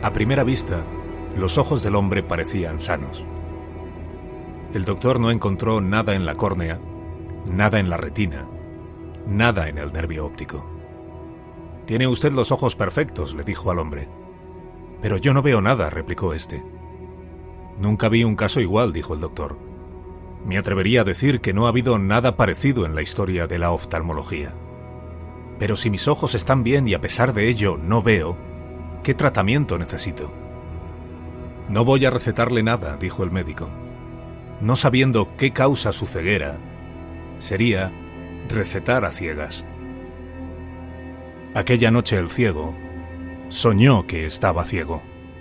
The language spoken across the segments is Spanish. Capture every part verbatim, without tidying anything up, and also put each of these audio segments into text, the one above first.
A primera vista, los ojos del hombre parecían sanos. El doctor no encontró nada en la córnea, nada en la retina, nada en el nervio óptico. «Tiene usted los ojos perfectos», le dijo al hombre. «Pero yo no veo nada», replicó este. «Nunca vi un caso igual», dijo el doctor. «Me atrevería a decir que no ha habido nada parecido en la historia de la oftalmología. Pero si mis ojos están bien y a pesar de ello no veo, ¿qué tratamiento necesito?» «No voy a recetarle nada», dijo el médico. No sabiendo qué causa su ceguera, sería recetar a ciegas. Aquella noche el ciego soñó que estaba ciego.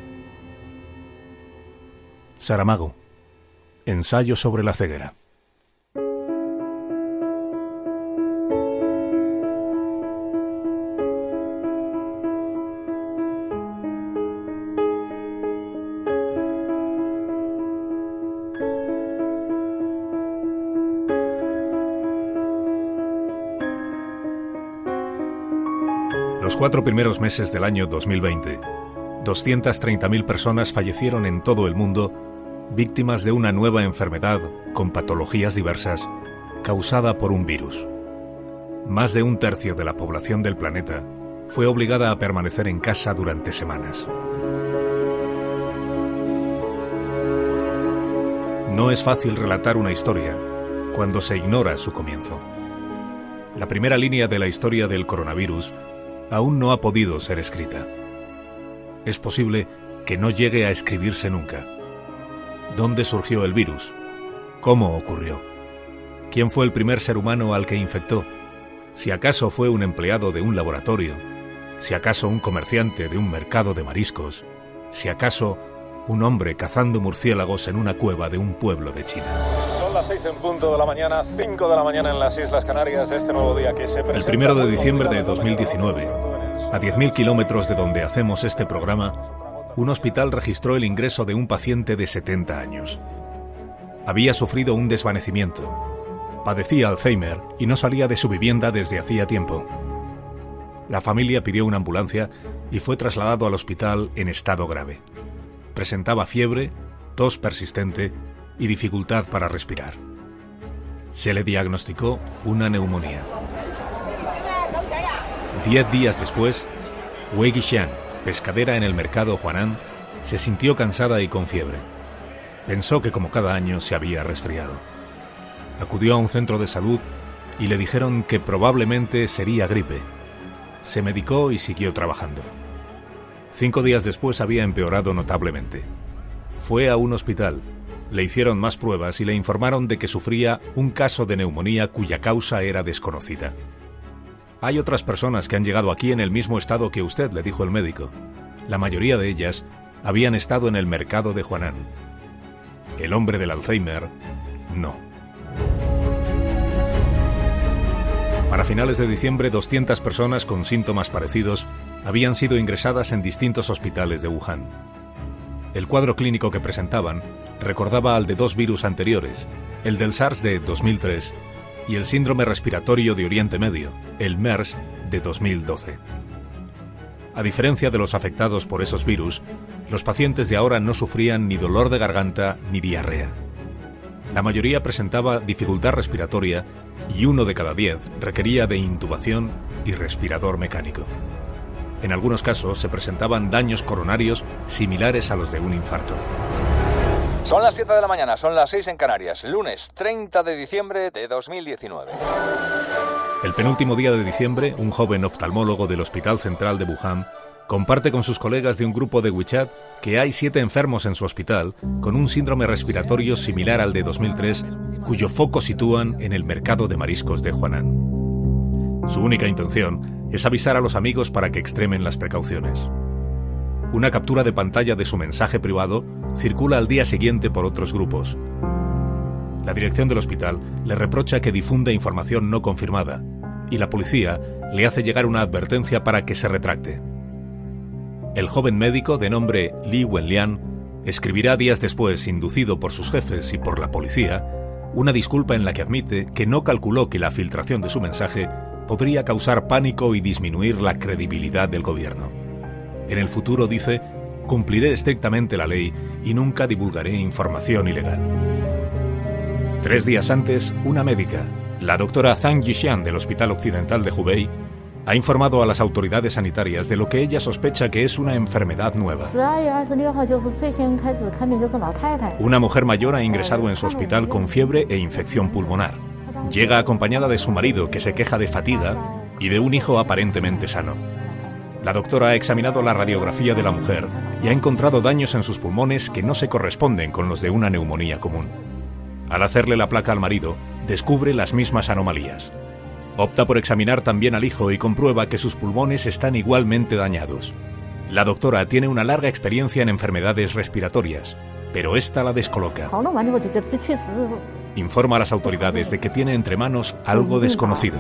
Saramago. Ensayo sobre la ceguera. Los cuatro primeros meses del año dos mil veinte, doscientas treinta mil personas fallecieron en todo el mundo víctimas de una nueva enfermedad con patologías diversas causada por un virus. Más de un tercio de la población del planeta fue obligada a permanecer en casa durante semanas. No es fácil relatar una historia cuando se ignora su comienzo. La primera línea de la historia del coronavirus aún no ha podido ser escrita. Es posible que no llegue a escribirse nunca. ¿Dónde surgió el virus? ¿Cómo ocurrió? ¿Quién fue el primer ser humano al que infectó? ¿Si acaso fue un empleado de un laboratorio? ¿Si acaso un comerciante de un mercado de mariscos? ¿Si acaso un hombre cazando murciélagos en una cueva de un pueblo de China? Son las seis en punto de la mañana, cinco de la mañana en las Islas Canarias de este nuevo día que se presenta. El primero de diciembre de dos mil diecinueve, a diez mil kilómetros de donde hacemos este programa, un hospital registró el ingreso de un paciente de setenta años. Había sufrido un desvanecimiento, padecía Alzheimer y no salía de su vivienda desde hacía tiempo. La familia pidió una ambulancia y fue trasladado al hospital en estado grave. Presentaba fiebre, tos persistente y dificultad para respirar. Se le diagnosticó una neumonía. Diez días después, Wei Guixian, pescadera en el mercado Huanan, se sintió cansada y con fiebre. Pensó que como cada año se había resfriado. Acudió a un centro de salud y le dijeron que probablemente sería gripe. Se medicó y siguió trabajando. Cinco días después había empeorado notablemente. Fue a un hospital, le hicieron más pruebas y le informaron de que sufría un caso de neumonía cuya causa era desconocida. «Hay otras personas que han llegado aquí en el mismo estado que usted», le dijo el médico. La mayoría de ellas habían estado en el mercado de Huanan. El hombre del Alzheimer, no. Para finales de diciembre, doscientas personas con síntomas parecidos habían sido ingresadas en distintos hospitales de Wuhan. El cuadro clínico que presentaban recordaba al de dos virus anteriores, el del SARS de dos mil tres y el síndrome respiratorio de Oriente Medio, el MERS de dos mil doce. A diferencia de los afectados por esos virus, los pacientes de ahora no sufrían ni dolor de garganta ni diarrea. La mayoría presentaba dificultad respiratoria y uno de cada diez requería de intubación y respirador mecánico. En algunos casos se presentaban daños coronarios similares a los de un infarto. Son las siete de la mañana, son las seis en Canarias, lunes treinta de diciembre de dos mil diecinueve. El penúltimo día de diciembre, un joven oftalmólogo del Hospital Central de Wuhan comparte con sus colegas de un grupo de WeChat que hay siete enfermos en su hospital con un síndrome respiratorio similar al de dos mil tres, cuyo foco sitúan en el mercado de mariscos de Huanan. Su única intención es avisar a los amigos para que extremen las precauciones. Una captura de pantalla de su mensaje privado circula al día siguiente por otros grupos. La dirección del hospital le reprocha que difunde información no confirmada y la policía le hace llegar una advertencia para que se retracte. El joven médico de nombre Li Wenlian escribirá días después, inducido por sus jefes y por la policía, una disculpa en la que admite que no calculó que la filtración de su mensaje podría causar pánico y disminuir la credibilidad del gobierno. En el futuro, dice, cumpliré estrictamente la ley y nunca divulgaré información ilegal. Tres días antes, una médica, la doctora Zhang Yixian del Hospital Occidental de Hubei, ha informado a las autoridades sanitarias de lo que ella sospecha que es una enfermedad nueva. Una mujer mayor ha ingresado en su hospital con fiebre e infección pulmonar. Llega acompañada de su marido, que se queja de fatiga, y de un hijo aparentemente sano. La doctora ha examinado la radiografía de la mujer y ha encontrado daños en sus pulmones que no se corresponden con los de una neumonía común. Al hacerle la placa al marido, descubre las mismas anomalías. Opta por examinar también al hijo y comprueba que sus pulmones están igualmente dañados. La doctora tiene una larga experiencia en enfermedades respiratorias, pero esta la descoloca. Informa a las autoridades de que tiene entre manos algo desconocido.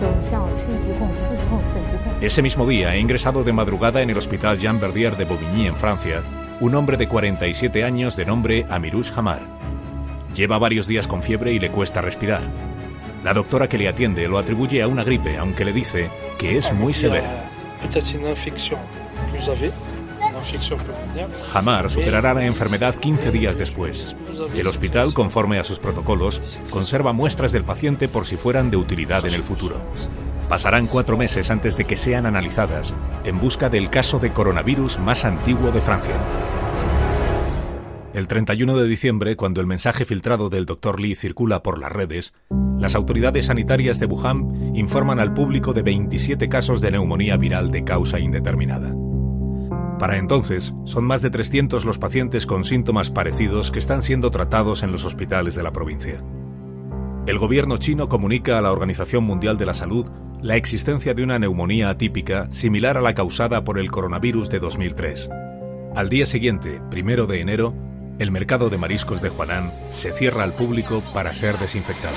Ese mismo día ha ingresado de madrugada en el hospital Jean Verdier de Bobigny, en Francia, un hombre de cuarenta y siete años de nombre Amirouche Hamar. Lleva varios días con fiebre y le cuesta respirar. La doctora que le atiende lo atribuye a una gripe, aunque le dice que es muy severa. Hamar superará la enfermedad quince días después. El hospital, conforme a sus protocolos, conserva muestras del paciente por si fueran de utilidad en el futuro. Pasarán cuatro meses antes de que sean analizadas, en busca del caso de coronavirus más antiguo de Francia. El treinta y uno de diciembre, cuando el mensaje filtrado del doctor Li circula por las redes, las autoridades sanitarias de Wuhan informan al público de veintisiete casos de neumonía viral de causa indeterminada. Para entonces, son más de trescientos los pacientes con síntomas parecidos que están siendo tratados en los hospitales de la provincia. El gobierno chino comunica a la Organización Mundial de la Salud la existencia de una neumonía atípica similar a la causada por el coronavirus de dos mil tres. Al día siguiente, primero de enero, el mercado de mariscos de Huanan se cierra al público para ser desinfectado.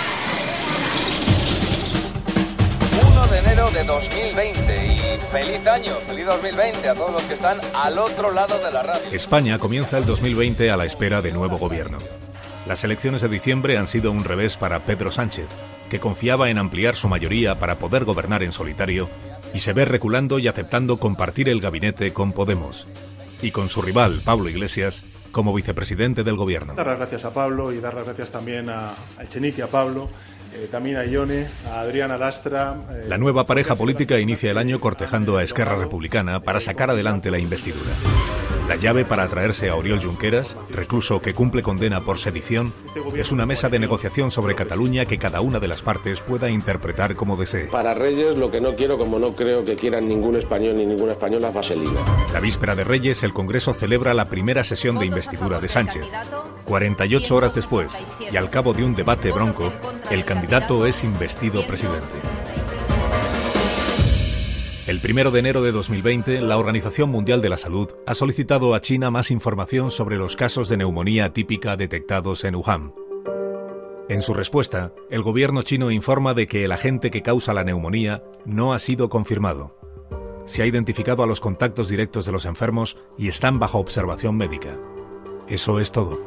uno de enero de dos mil veinte y feliz año, feliz dos mil veinte a todos los que están al otro lado de la radio. España comienza el dos mil veinte a la espera de nuevo gobierno. Las elecciones de diciembre han sido un revés para Pedro Sánchez, que confiaba en ampliar su mayoría para poder gobernar en solitario y se ve reculando y aceptando compartir el gabinete con Podemos y con su rival, Pablo Iglesias, como vicepresidente del gobierno. Dar las gracias a Pablo y dar las gracias también a, a Echenique, a Pablo, eh, también a Ione, a Adriana Lastra. Eh, la nueva pareja política inicia el año cortejando a Esquerra Republicana para sacar adelante la investidura. La llave para atraerse a Oriol Junqueras, recluso que cumple condena por sedición, es una mesa de negociación sobre Cataluña que cada una de las partes pueda interpretar como desee. Para Reyes, lo que no quiero, como no creo que quieran ningún español ni ninguna española, vaselina. La víspera de Reyes, el Congreso celebra la primera sesión de investidura de Sánchez. cuarenta y ocho horas después, y al cabo de un debate bronco, el candidato es investido presidente. El primero de enero de dos mil veinte, la Organización Mundial de la Salud ha solicitado a China más información sobre los casos de neumonía típica detectados en Wuhan. En su respuesta, el gobierno chino informa de que el agente que causa la neumonía no ha sido confirmado. Se ha identificado a los contactos directos de los enfermos y están bajo observación médica. Eso es todo.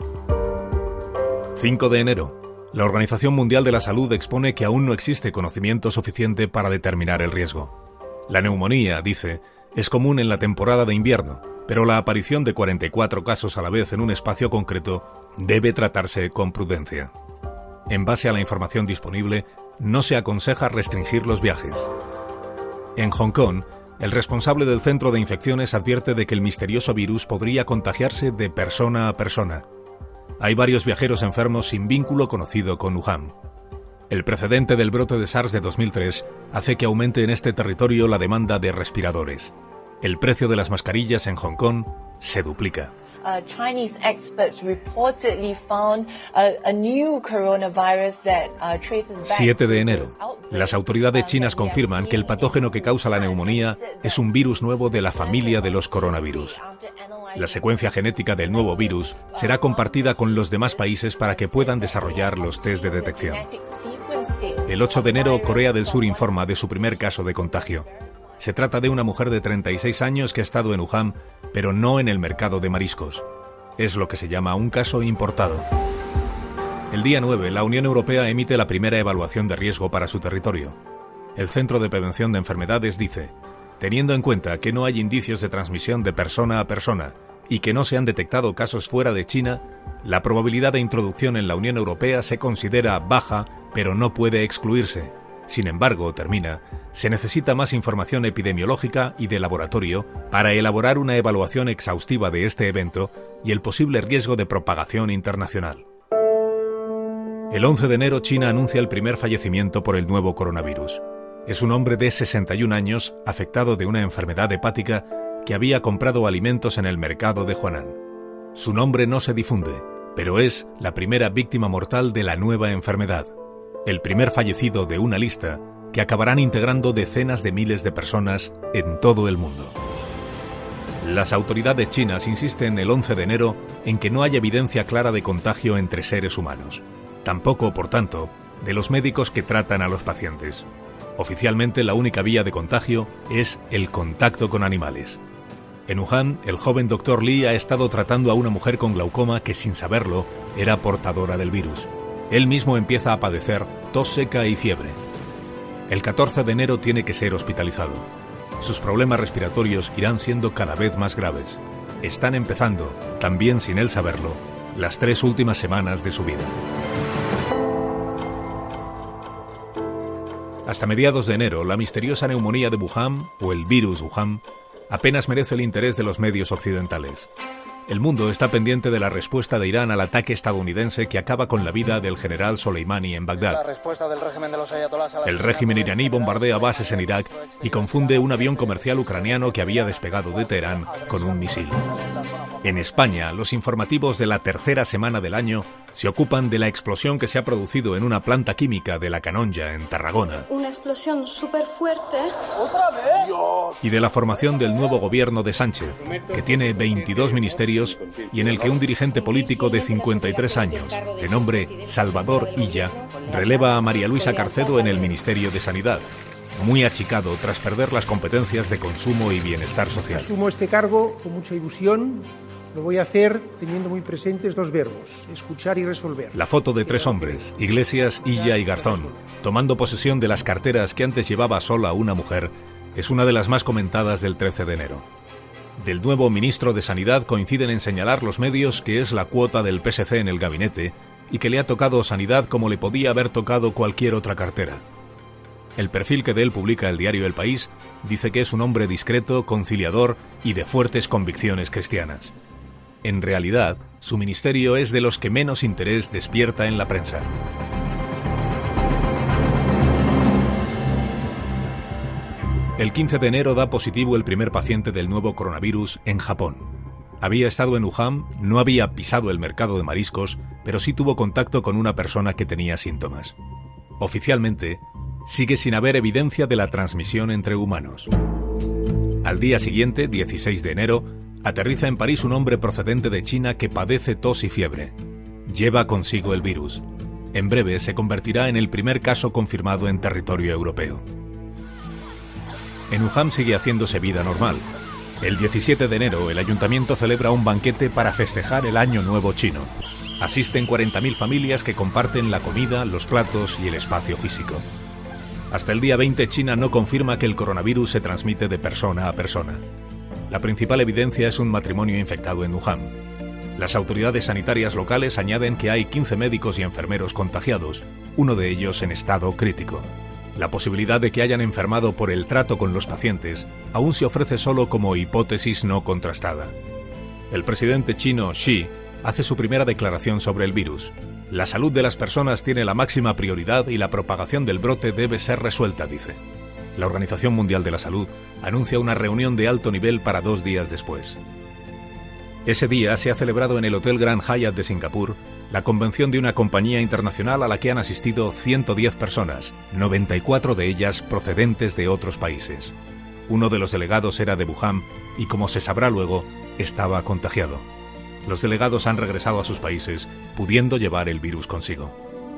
cinco de enero. La Organización Mundial de la Salud expone que aún no existe conocimiento suficiente para determinar el riesgo. La neumonía, dice, es común en la temporada de invierno, pero la aparición de cuarenta y cuatro casos a la vez en un espacio concreto debe tratarse con prudencia. En base a la información disponible, no se aconseja restringir los viajes. En Hong Kong, el responsable del centro de infecciones advierte de que el misterioso virus podría contagiarse de persona a persona. Hay varios viajeros enfermos sin vínculo conocido con Wuhan. El precedente del brote de SARS de dos mil tres hace que aumente en este territorio la demanda de respiradores. El precio de las mascarillas en Hong Kong se duplica. Uh, Chinese experts reportedly found a, a new coronavirus that uh, traces back siete de enero. Las autoridades chinas confirman que el patógeno que causa la neumonía es un virus nuevo de la familia de los coronavirus. La secuencia genética del nuevo virus será compartida con los demás países para que puedan desarrollar los test de detección. El ocho de enero, Corea del Sur informa de su primer caso de contagio. Se trata de una mujer de treinta y seis años que ha estado en Wuhan, pero no en el mercado de mariscos. Es lo que se llama un caso importado. El día nueve, la Unión Europea emite la primera evaluación de riesgo para su territorio. El Centro de Prevención de Enfermedades dice: Teniendo en cuenta que no hay indicios de transmisión de persona a persona y que no se han detectado casos fuera de China, la probabilidad de introducción en la Unión Europea se considera baja, pero no puede excluirse. Sin embargo, termina, se necesita más información epidemiológica y de laboratorio para elaborar una evaluación exhaustiva de este evento y el posible riesgo de propagación internacional. El once de enero, China anuncia el primer fallecimiento por el nuevo coronavirus. Es un hombre de sesenta y un años, afectado de una enfermedad hepática, que había comprado alimentos en el mercado de Huanan. Su nombre no se difunde, pero es la primera víctima mortal de la nueva enfermedad. El primer fallecido de una lista que acabarán integrando decenas de miles de personas en todo el mundo. Las autoridades chinas insisten el once de enero en que no hay evidencia clara de contagio entre seres humanos. Tampoco, por tanto, de los médicos que tratan a los pacientes. Oficialmente, la única vía de contagio es el contacto con animales. En Wuhan, el joven doctor Li ha estado tratando a una mujer con glaucoma que, sin saberlo, era portadora del virus. Él mismo empieza a padecer tos seca y fiebre. El catorce de enero tiene que ser hospitalizado. Sus problemas respiratorios irán siendo cada vez más graves. Están empezando, también sin él saberlo, las tres últimas semanas de su vida. Hasta mediados de enero, la misteriosa neumonía de Wuhan, o el virus Wuhan, apenas merece el interés de los medios occidentales. El mundo está pendiente de la respuesta de Irán al ataque estadounidense que acaba con la vida del general Soleimani en Bagdad. La respuesta del régimen de los ayatolás a la El régimen iraní bombardea bases en Irak y confunde un avión comercial ucraniano que había despegado de Teherán con un misil. En España, los informativos de la tercera semana del año se ocupan de la explosión que se ha producido en una planta química de La Canonja, en Tarragona. Una explosión súper fuerte. ¿Otra vez? Dios. Y de la formación del nuevo gobierno de Sánchez, que tiene veintidós ministerios y en el que un dirigente político de cincuenta y tres años, de nombre Salvador Illa, releva a María Luisa Carcedo en el Ministerio de Sanidad, muy achicado tras perder las competencias de consumo y bienestar social. Asumo este cargo con mucha ilusión. Lo voy a hacer teniendo muy presentes dos verbos, escuchar y resolver. La foto de tres hombres, Iglesias, Illa y Garzón, tomando posesión de las carteras que antes llevaba sola una mujer, es una de las más comentadas del trece de enero. Del nuevo ministro de Sanidad coinciden en señalar los medios que es la cuota del P S C en el gabinete y que le ha tocado Sanidad como le podía haber tocado cualquier otra cartera. El perfil que de él publica el diario El País dice que es un hombre discreto, conciliador y de fuertes convicciones cristianas. En realidad, su ministerio es de los que menos interés despierta en la prensa. El quince de enero da positivo el primer paciente del nuevo coronavirus en Japón. Había estado en Wuhan, no había pisado el mercado de mariscos, pero sí tuvo contacto con una persona que tenía síntomas. Oficialmente, sigue sin haber evidencia de la transmisión entre humanos. Al día siguiente, dieciséis de enero, aterriza en París un hombre procedente de China que padece tos y fiebre. Lleva consigo el virus. En breve se convertirá en el primer caso confirmado en territorio europeo. En Wuhan sigue haciéndose vida normal. El diecisiete de enero el ayuntamiento celebra un banquete para festejar el Año Nuevo chino. Asisten cuarenta mil familias que comparten la comida, los platos y el espacio físico. Hasta el día veinte China no confirma que el coronavirus se transmite de persona a persona. La principal evidencia es un matrimonio infectado en Wuhan. Las autoridades sanitarias locales añaden que hay quince médicos y enfermeros contagiados, uno de ellos en estado crítico. La posibilidad de que hayan enfermado por el trato con los pacientes aún se ofrece solo como hipótesis no contrastada. El presidente chino Xi hace su primera declaración sobre el virus. La salud de las personas tiene la máxima prioridad y la propagación del brote debe ser resuelta, dice. La Organización Mundial de la Salud anuncia una reunión de alto nivel para dos días después. Ese día se ha celebrado en el Hotel Grand Hyatt de Singapur la convención de una compañía internacional a la que han asistido ciento diez personas, noventa y cuatro de ellas procedentes de otros países. Uno de los delegados era de Wuhan y, como se sabrá luego, estaba contagiado. Los delegados han regresado a sus países, pudiendo llevar el virus consigo.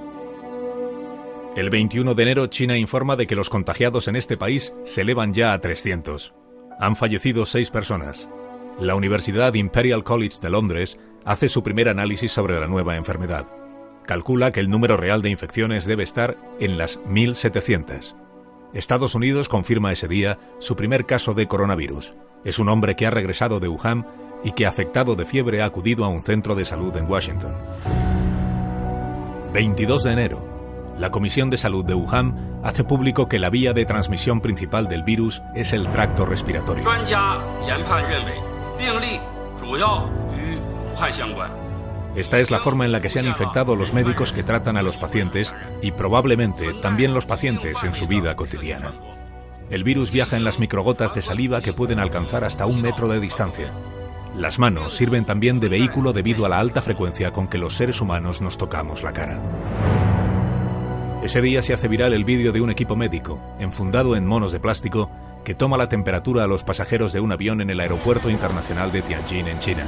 El veintiuno de enero China informa de que los contagiados en este país se elevan ya a trescientos. Han fallecido seis personas. La Universidad Imperial College de Londres hace su primer análisis sobre la nueva enfermedad. Calcula que el número real de infecciones debe estar en las mil setecientas. Estados Unidos confirma ese día su primer caso de coronavirus. Es un hombre que ha regresado de Wuhan y que, afectado de fiebre, ha acudido a un centro de salud en Washington. veintidós de enero. La Comisión de Salud de Wuhan hace público que la vía de transmisión principal del virus es el tracto respiratorio. Esta es la forma en la que se han infectado los médicos que tratan a los pacientes y probablemente también los pacientes en su vida cotidiana. El virus viaja en las microgotas de saliva que pueden alcanzar hasta un metro de distancia. Las manos sirven también de vehículo debido a la alta frecuencia con que los seres humanos nos tocamos la cara. Ese día se hace viral el vídeo de un equipo médico, enfundado en monos de plástico, que toma la temperatura a los pasajeros de un avión en el aeropuerto internacional de Tianjin, en China.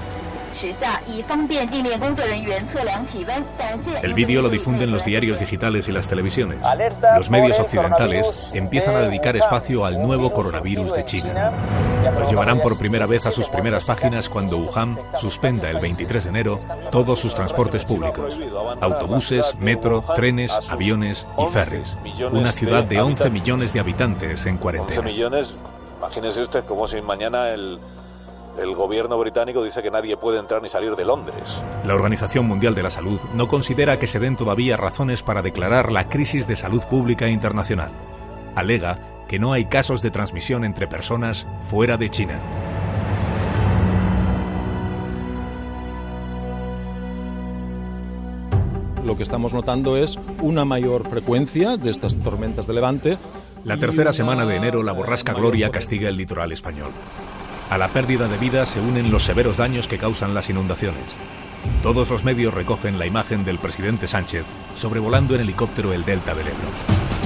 El vídeo lo difunden los diarios digitales y las televisiones. Los medios occidentales empiezan a dedicar espacio al nuevo coronavirus de China. Lo llevarán por primera vez a sus primeras páginas cuando Wuhan suspenda el veintitrés de enero todos sus transportes públicos: autobuses, metro, trenes, aviones y ferries. Una ciudad de once millones de habitantes en cuarentena. once millones, imagínese usted como si mañana el... El gobierno británico dice que nadie puede entrar ni salir de Londres. La Organización Mundial de la Salud no considera que se den todavía razones para declarar la crisis de salud pública internacional. Alega que no hay casos de transmisión entre personas fuera de China. Lo que estamos notando es una mayor frecuencia de estas tormentas de levante. La tercera semana de enero, la borrasca Gloria castiga el litoral español. A la pérdida de vidas se unen los severos daños que causan las inundaciones. Todos los medios recogen la imagen del presidente Sánchez sobrevolando en helicóptero el delta del Ebro.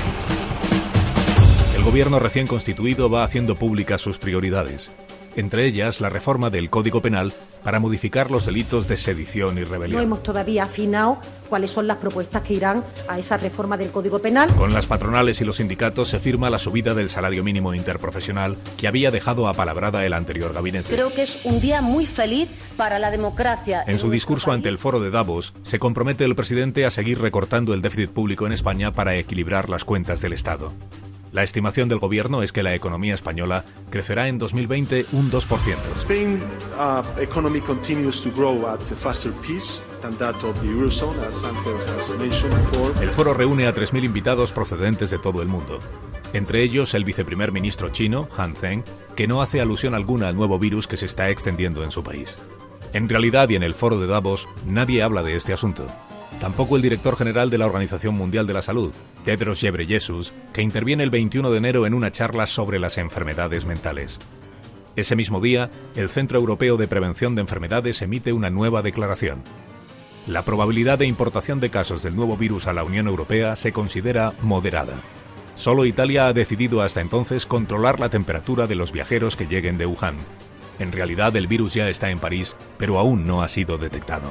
El gobierno recién constituido va haciendo públicas sus prioridades, entre ellas la reforma del Código Penal para modificar los delitos de sedición y rebelión. No hemos todavía afinado cuáles son las propuestas que irán a esa reforma del Código Penal. Con las patronales y los sindicatos se firma la subida del salario mínimo interprofesional que había dejado apalabrada el anterior gabinete. Creo que es un día muy feliz para la democracia. En su discurso ante el foro de Davos, se compromete el presidente a seguir recortando el déficit público en España para equilibrar las cuentas del Estado. La estimación del gobierno es que la economía española crecerá en dos mil veinte un dos por ciento. Spain uh, economy continues to grow at a faster pace than that of the Eurozone, as Santos has mentioned before. El foro reúne a tres mil invitados procedentes de todo el mundo. Entre ellos el viceprimer ministro chino, Han Zheng, que no hace alusión alguna al nuevo virus que se está extendiendo en su país. En realidad, y en el foro de Davos, nadie habla de este asunto. Tampoco el director general de la Organización Mundial de la Salud, Tedros Ghebreyesus, que interviene el veintiuno de enero en una charla sobre las enfermedades mentales. Ese mismo día, el Centro Europeo de Prevención de Enfermedades emite una nueva declaración. La probabilidad de importación de casos del nuevo virus a la Unión Europea se considera moderada. Solo Italia ha decidido hasta entonces controlar la temperatura de los viajeros que lleguen de Wuhan. En realidad, el virus ya está en París, pero aún no ha sido detectado.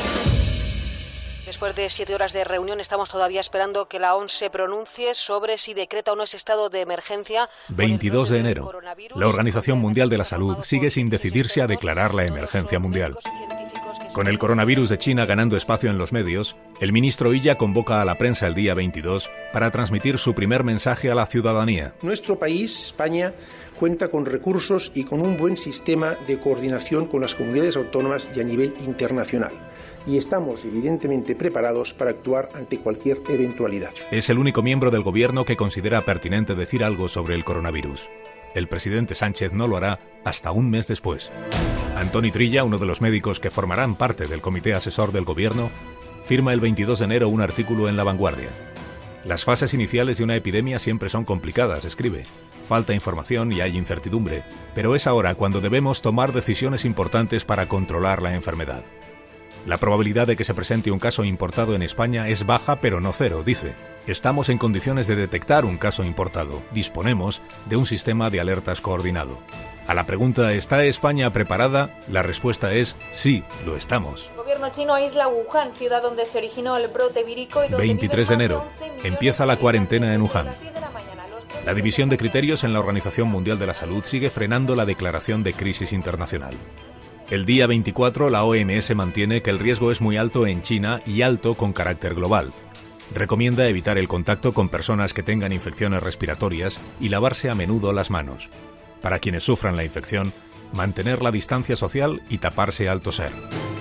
Después de siete horas de reunión, estamos todavía esperando que la O M S se pronuncie sobre si decreta o no ese estado de emergencia. veintidós de enero. La Organización Mundial de la Salud sigue sin decidirse a declarar la emergencia mundial. Con el coronavirus de China ganando espacio en los medios, el ministro Illa convoca a la prensa el día veintidós para transmitir su primer mensaje a la ciudadanía. Nuestro país, España, cuenta con recursos y con un buen sistema de coordinación con las comunidades autónomas y a nivel internacional. Y estamos evidentemente preparados para actuar ante cualquier eventualidad. Es el único miembro del gobierno que considera pertinente decir algo sobre el coronavirus. El presidente Sánchez no lo hará hasta un mes después. Antoni Trilla, uno de los médicos que formarán parte del comité asesor del gobierno, firma el veintidós de enero un artículo en La Vanguardia. Las fases iniciales de una epidemia siempre son complicadas, escribe. Falta información y hay incertidumbre, pero es ahora cuando debemos tomar decisiones importantes para controlar la enfermedad. La probabilidad de que se presente un caso importado en España es baja, pero no cero, dice. Estamos en condiciones de detectar un caso importado. Disponemos de un sistema de alertas coordinado. A la pregunta ¿está España preparada? La respuesta es sí, lo estamos. El gobierno chino aísla Wuhan, ciudad donde se originó el brote vírico y donde veintitrés de enero. Empieza la cuarentena en Wuhan. La división de criterios en la Organización Mundial de la Salud sigue frenando la declaración de crisis internacional. El día veinticuatro, la O M S mantiene que el riesgo es muy alto en China y alto con carácter global. Recomienda evitar el contacto con personas que tengan infecciones respiratorias y lavarse a menudo las manos. Para quienes sufran la infección, mantener la distancia social y taparse al toser.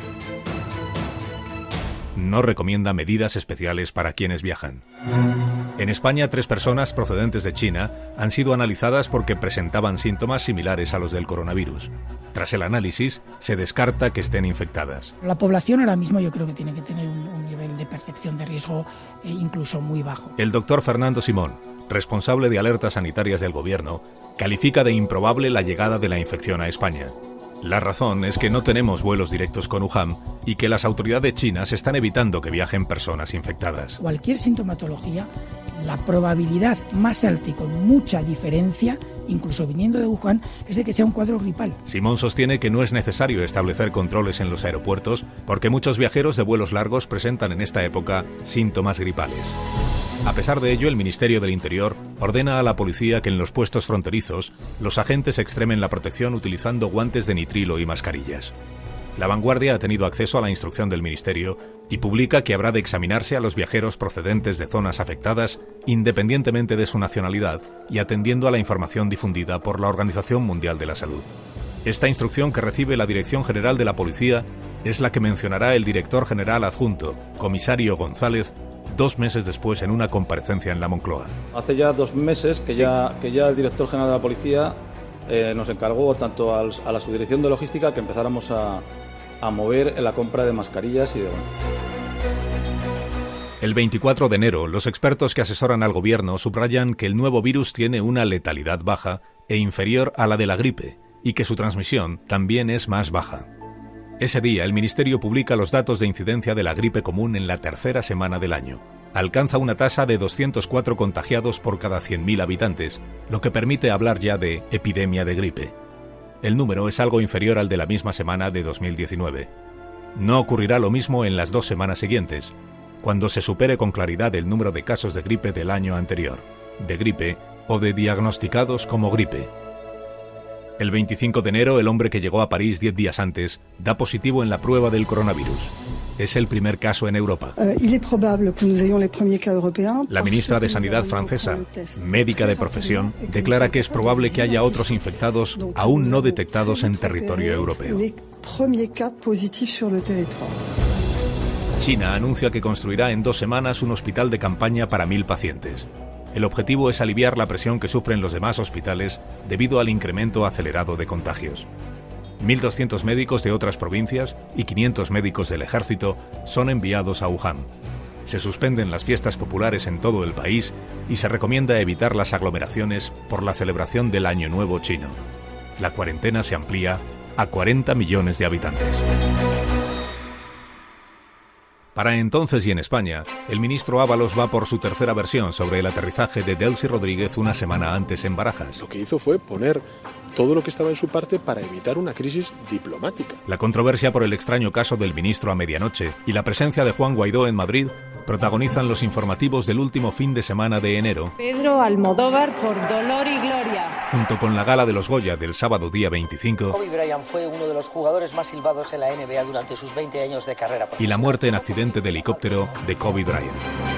No recomienda medidas especiales para quienes viajan. En España, tres personas procedentes de China han sido analizadas porque presentaban síntomas similares a los del coronavirus. Tras el análisis, se descarta que estén infectadas. La población ahora mismo yo creo que tiene que tener un, un nivel de percepción de riesgo eh, incluso muy bajo. El doctor Fernando Simón, responsable de alertas sanitarias del gobierno, califica de improbable la llegada de la infección a España. La razón es que no tenemos vuelos directos con Wuhan y que las autoridades chinas están evitando que viajen personas infectadas. Cualquier sintomatología, la probabilidad más alta y con mucha diferencia, incluso viniendo de Wuhan, es de que sea un cuadro gripal. Simón sostiene que no es necesario establecer controles en los aeropuertos porque muchos viajeros de vuelos largos presentan en esta época síntomas gripales. A pesar de ello, el Ministerio del Interior ordena a la policía que en los puestos fronterizos los agentes extremen la protección utilizando guantes de nitrilo y mascarillas. La Vanguardia ha tenido acceso a la instrucción del Ministerio y publica que habrá de examinarse a los viajeros procedentes de zonas afectadas independientemente de su nacionalidad y atendiendo a la información difundida por la Organización Mundial de la Salud. Esta instrucción que recibe la Dirección General de la Policía es la que mencionará el director general adjunto, comisario González, dos meses después en una comparecencia en la Moncloa. Hace ya dos meses que, sí. ya, que ya el director general de la Policía eh, nos encargó tanto al, a la subdirección de logística que empezáramos a, a mover en la compra de mascarillas y de guantes. El veinticuatro de enero, los expertos que asesoran al gobierno subrayan que el nuevo virus tiene una letalidad baja e inferior a la de la gripe y que su transmisión también es más baja. Ese día, el Ministerio publica los datos de incidencia de la gripe común en la tercera semana del año. Alcanza una tasa de doscientos cuatro contagiados por cada cien mil habitantes, lo que permite hablar ya de epidemia de gripe. El número es algo inferior al de la misma semana de dos mil diecinueve. No ocurrirá lo mismo en las dos semanas siguientes, cuando se supere con claridad el número de casos de gripe del año anterior, de gripe o de diagnosticados como gripe. El veinticinco de enero, el hombre que llegó a París diez días antes da positivo en la prueba del coronavirus. Es el primer caso en Europa. La ministra de Sanidad francesa, médica de profesión, declara que es probable que haya otros infectados aún no detectados en territorio europeo. China anuncia que construirá en dos semanas un hospital de campaña para mil pacientes. El objetivo es aliviar la presión que sufren los demás hospitales debido al incremento acelerado de contagios. mil doscientos médicos de otras provincias y quinientos médicos del ejército son enviados a Wuhan. Se suspenden las fiestas populares en todo el país y se recomienda evitar las aglomeraciones por la celebración del Año Nuevo chino. La cuarentena se amplía a cuarenta millones de habitantes. Para entonces y en España, el ministro Ábalos va por su tercera versión sobre el aterrizaje de Delcy Rodríguez una semana antes en Barajas. Lo que hizo fue poner todo lo que estaba en su parte para evitar una crisis diplomática. La controversia por el extraño caso del ministro a medianoche y la presencia de Juan Guaidó en Madrid protagonizan los informativos del último fin de semana de enero. Pedro Almodóvar por Dolor y Gloria. Junto con la gala de los Goya del sábado día veinticinco. Kobe Bryant fue uno de los jugadores más silbados en la N B A durante sus veinte años de carrera profesional. Y la muerte en accidente de helicóptero de Kobe Bryant.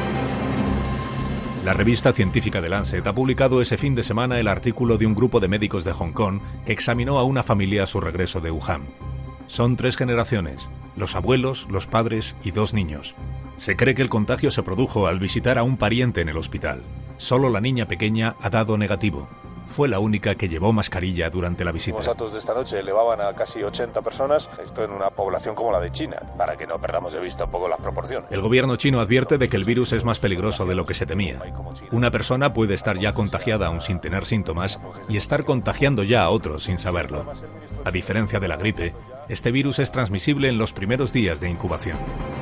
La revista científica The Lancet ha publicado ese fin de semana el artículo de un grupo de médicos de Hong Kong que examinó a una familia a su regreso de Wuhan. Son tres generaciones, los abuelos, los padres y dos niños. Se cree que el contagio se produjo al visitar a un pariente en el hospital. Solo la niña pequeña ha dado negativo. Fue la única que llevó mascarilla durante la visita. Los datos de esta noche elevaban a casi ochenta personas, esto en una población como la de China, para que no perdamos de vista un poco las proporciones. El gobierno chino advierte de que el virus es más peligroso de lo que se temía. Una persona puede estar ya contagiada aún sin tener síntomas y estar contagiando ya a otros sin saberlo. A diferencia de la gripe, este virus es transmisible en los primeros días de incubación.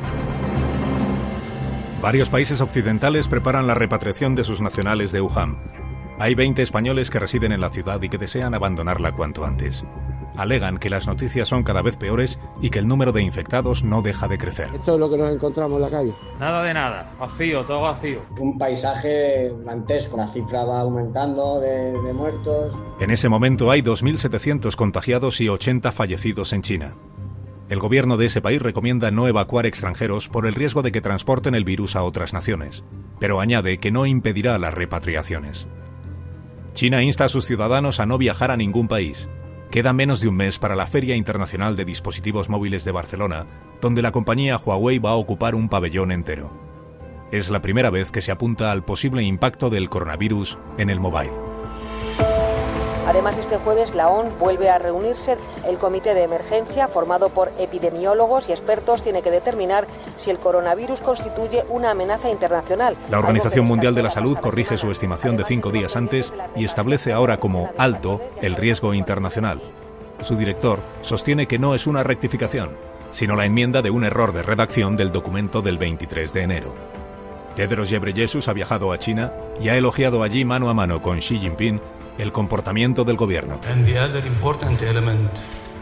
Varios países occidentales preparan la repatriación de sus nacionales de Wuhan. Hay veinte españoles que residen en la ciudad y que desean abandonarla cuanto antes. Alegan que las noticias son cada vez peores y que el número de infectados no deja de crecer. Esto es lo que nos encontramos en la calle. Nada de nada, vacío, todo vacío. Un paisaje dantesco, la cifra va aumentando de, de muertos. En ese momento hay dos mil setecientos contagiados y ochenta fallecidos en China. El gobierno de ese país recomienda no evacuar extranjeros por el riesgo de que transporten el virus a otras naciones, pero añade que no impedirá las repatriaciones. China insta a sus ciudadanos a no viajar a ningún país. Queda menos de un mes para la Feria Internacional de Dispositivos Móviles de Barcelona, donde la compañía Huawei va a ocupar un pabellón entero. Es la primera vez que se apunta al posible impacto del coronavirus en el mobile. Además, este jueves la O M S vuelve a reunirse. El comité de emergencia, formado por epidemiólogos y expertos, tiene que determinar si el coronavirus constituye una amenaza internacional. La Organización Mundial de la Salud corrige su estimación de cinco días antes y establece ahora como alto el riesgo internacional. Su director sostiene que no es una rectificación, sino la enmienda de un error de redacción del documento del veintitrés de enero. Tedros Ghebreyesus ha viajado a China y ha elogiado allí mano a mano con Xi Jinping el comportamiento del gobierno. And the other important element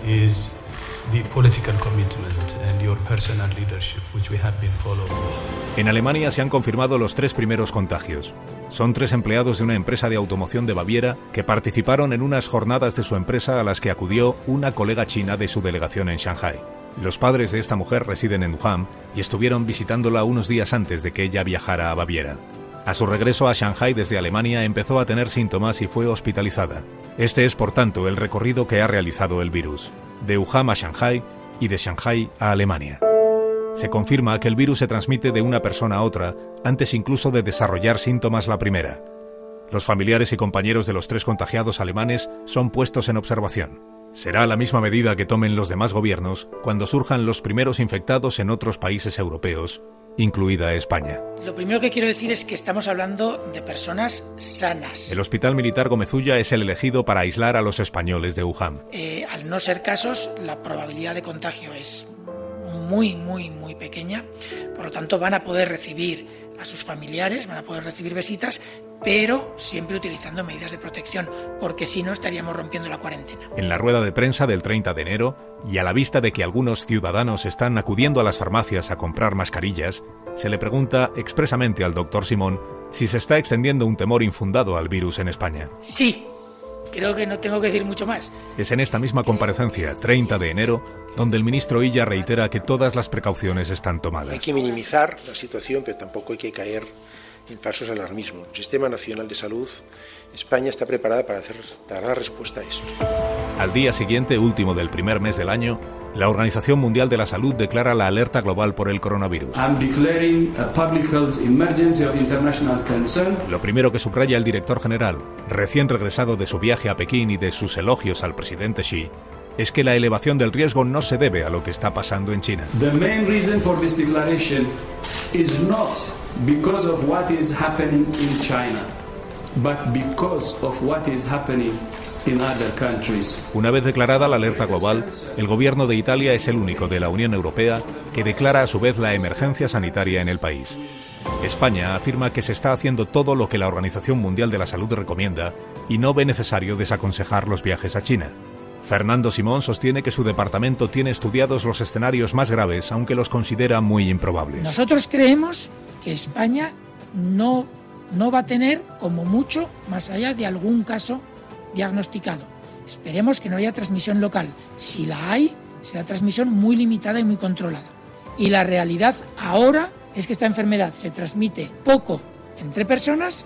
is the political commitment and your personal leadership, which we have been following. En Alemania se han confirmado los tres primeros contagios. Son tres empleados de una empresa de automoción de Baviera que participaron en unas jornadas de su empresa a las que acudió una colega china de su delegación en Shanghái. Los padres de esta mujer residen en Wuhan y estuvieron visitándola unos días antes de que ella viajara a Baviera. A su regreso a Shanghái desde Alemania empezó a tener síntomas y fue hospitalizada. Este es, por tanto, el recorrido que ha realizado el virus, de Wuhan a Shanghái y de Shanghái a Alemania. Se confirma que el virus se transmite de una persona a otra antes incluso de desarrollar síntomas la primera. Los familiares y compañeros de los tres contagiados alemanes son puestos en observación. Será la misma medida que tomen los demás gobiernos cuando surjan los primeros infectados en otros países europeos, incluida España. Lo primero que quiero decir es que estamos hablando de personas sanas. El Hospital Militar Gomezulla es el elegido para aislar a los españoles de Wuhan. Eh, al no ser casos, la probabilidad de contagio es muy, muy, muy pequeña. Por lo tanto, van a poder recibir a sus familiares, van a poder recibir visitas, pero siempre utilizando medidas de protección, porque si no estaríamos rompiendo la cuarentena. En la rueda de prensa del treinta de enero, y a la vista de que algunos ciudadanos están acudiendo a las farmacias a comprar mascarillas, se le pregunta expresamente al doctor Simón si se está extendiendo un temor infundado al virus en España. Sí, creo que no tengo que decir mucho más. Es en esta misma comparecencia, treinta de enero, donde el ministro Illa reitera que todas las precauciones están tomadas. Hay que minimizar la situación, pero tampoco hay que caer en falsos alarmismos. El Sistema Nacional de Salud, España está preparada para hacer, dar respuesta a esto. Al día siguiente, último del primer mes del año, la Organización Mundial de la Salud declara la alerta global por el coronavirus. I'm declaring a public health emergency of international concern. Lo primero que subraya el director general, recién regresado de su viaje a Pekín y de sus elogios al presidente Xi, es que la elevación del riesgo no se debe a lo que está pasando en China. The main reason for this declaration is not because of what is happening in China, but because of what is happening in other countries. Una vez declarada la alerta global, el gobierno de Italia es el único de la Unión Europea que declara a su vez la emergencia sanitaria en el país. España afirma que se está haciendo todo lo que la Organización Mundial de la Salud recomienda y no ve necesario desaconsejar los viajes a China. Fernando Simón sostiene que su departamento tiene estudiados los escenarios más graves, aunque los considera muy improbables. Nosotros creemos que España no, no va a tener, como mucho, más allá de algún caso diagnosticado. Esperemos que no haya transmisión local. Si la hay, será transmisión muy limitada y muy controlada. Y la realidad ahora es que esta enfermedad se transmite poco entre personas,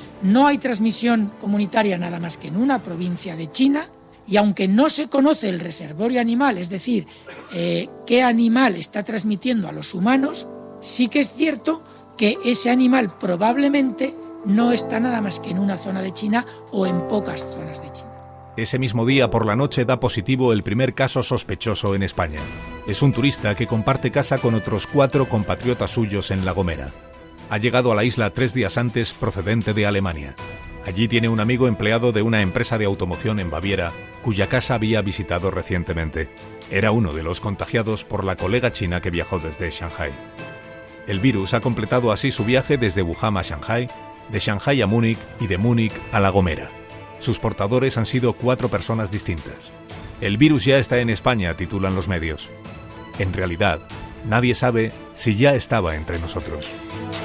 no hay transmisión comunitaria nada más que en una provincia de China. Y aunque no se conoce el reservorio animal, es decir, eh, qué animal está transmitiendo a los humanos, sí que es cierto que ese animal probablemente no está nada más que en una zona de China o en pocas zonas de China. Ese mismo día por la noche da positivo el primer caso sospechoso en España. Es un turista que comparte casa con otros cuatro compatriotas suyos en La Gomera. Ha llegado a la isla tres días antes procedente de Alemania. Allí tiene un amigo empleado de una empresa de automoción en Baviera, cuya casa había visitado recientemente. Era uno de los contagiados por la colega china que viajó desde Shanghái. El virus ha completado así su viaje desde Wuhan a Shanghái, de Shanghái a Múnich y de Múnich a La Gomera. Sus portadores han sido cuatro personas distintas. El virus ya está en España, titulan los medios. En realidad, nadie sabe si ya estaba entre nosotros.